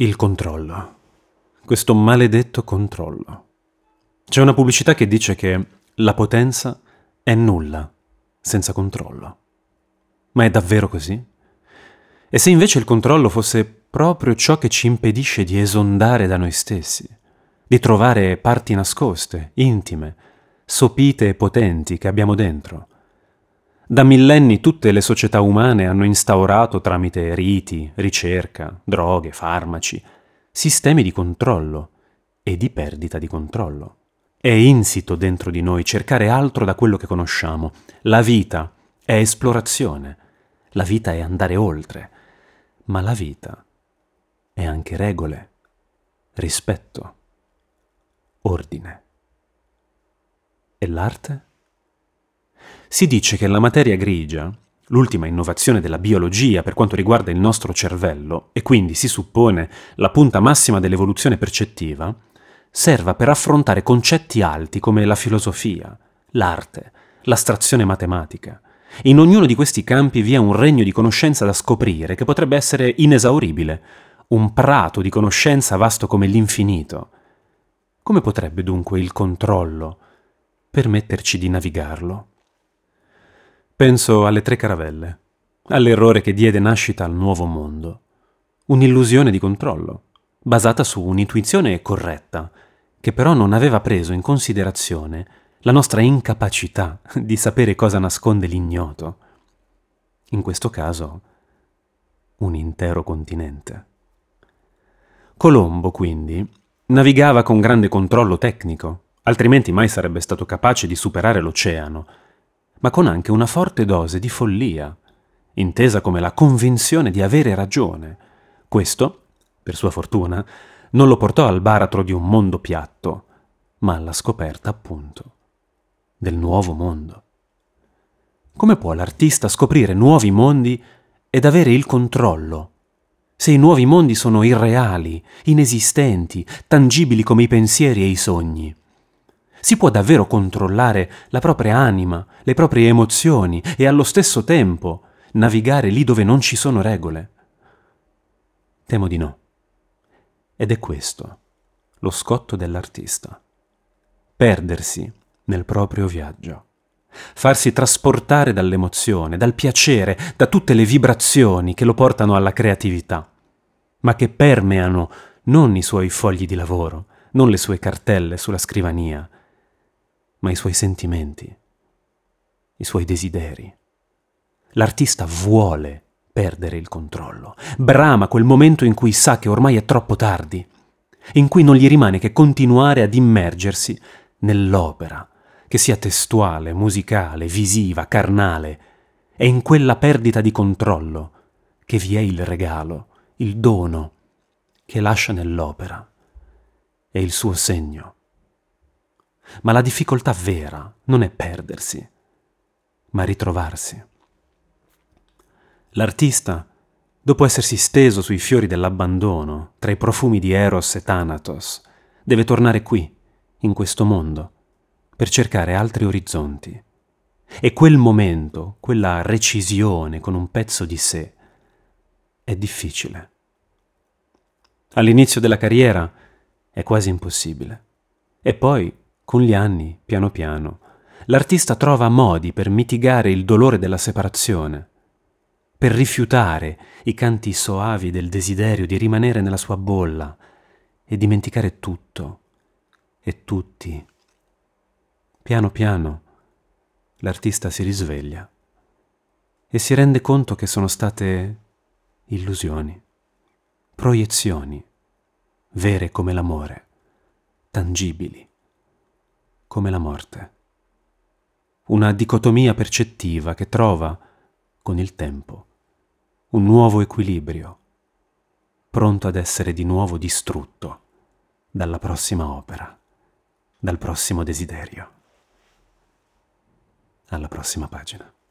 Il controllo. Questo maledetto controllo. C'è una pubblicità che dice che la potenza è nulla senza controllo. Ma è davvero così? E se invece il controllo fosse proprio ciò che ci impedisce di esondare da noi stessi, di trovare parti nascoste, intime, sopite e potenti che abbiamo dentro? Da millenni tutte le società umane hanno instaurato tramite riti, ricerca, droghe, farmaci, sistemi di controllo e di perdita di controllo. È insito dentro di noi cercare altro da quello che conosciamo. La vita è esplorazione, la vita è andare oltre, ma la vita è anche regole, rispetto, ordine. E l'arte? Si dice che la materia grigia, l'ultima innovazione della biologia per quanto riguarda il nostro cervello, e quindi si suppone la punta massima dell'evoluzione percettiva, serva per affrontare concetti alti come la filosofia, l'arte, l'astrazione matematica. In ognuno di questi campi vi è un regno di conoscenza da scoprire che potrebbe essere inesauribile, un prato di conoscenza vasto come l'infinito. Come potrebbe dunque il controllo permetterci di navigarlo? Penso alle tre caravelle, all'errore che diede nascita al nuovo mondo. Un'illusione di controllo, basata su un'intuizione corretta, che però non aveva preso in considerazione la nostra incapacità di sapere cosa nasconde l'ignoto. In questo caso, un intero continente. Colombo, quindi, navigava con grande controllo tecnico, altrimenti mai sarebbe stato capace di superare l'oceano, ma con anche una forte dose di follia, intesa come la convinzione di avere ragione. Questo, per sua fortuna, non lo portò al baratro di un mondo piatto, ma alla scoperta, appunto, del nuovo mondo. Come può l'artista scoprire nuovi mondi ed avere il controllo, se i nuovi mondi sono irreali, inesistenti, tangibili come i pensieri e i sogni? Si può davvero controllare la propria anima, le proprie emozioni e allo stesso tempo navigare lì dove non ci sono regole? Temo di no. Ed è questo lo scotto dell'artista. Perdersi nel proprio viaggio. Farsi trasportare dall'emozione, dal piacere, da tutte le vibrazioni che lo portano alla creatività, ma che permeano non i suoi fogli di lavoro, non le sue cartelle sulla scrivania, ma i suoi sentimenti, i suoi desideri. L'artista vuole perdere il controllo, brama quel momento in cui sa che ormai è troppo tardi, in cui non gli rimane che continuare ad immergersi nell'opera, che sia testuale, musicale, visiva, carnale. È in quella perdita di controllo che vi è il regalo, il dono che lascia nell'opera e il suo segno. Ma la difficoltà vera non è perdersi, ma ritrovarsi. L'artista, dopo essersi steso sui fiori dell'abbandono, tra i profumi di Eros e Thanatos, deve tornare qui, in questo mondo, per cercare altri orizzonti. E quel momento, quella recisione con un pezzo di sé, è difficile. All'inizio della carriera è quasi impossibile. E poi, con gli anni, piano piano, l'artista trova modi per mitigare il dolore della separazione, per rifiutare i canti soavi del desiderio di rimanere nella sua bolla e dimenticare tutto e tutti. Piano piano l'artista si risveglia e si rende conto che sono state illusioni, proiezioni, vere come l'amore, tangibili come la morte. Una dicotomia percettiva che trova, con il tempo, un nuovo equilibrio, pronto ad essere di nuovo distrutto dalla prossima opera, dal prossimo desiderio. Alla prossima pagina.